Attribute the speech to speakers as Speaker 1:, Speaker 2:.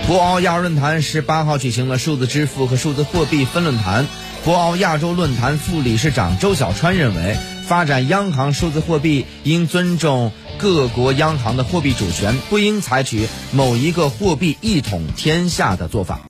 Speaker 1: 博鳌亚论坛18号举行了数字支付和数字货币分论坛。博鳌亚洲论坛副理事长周小川认为，发展央行数字货币应尊重各国央行的货币主权，不应采取某一个货币一统天下的做法。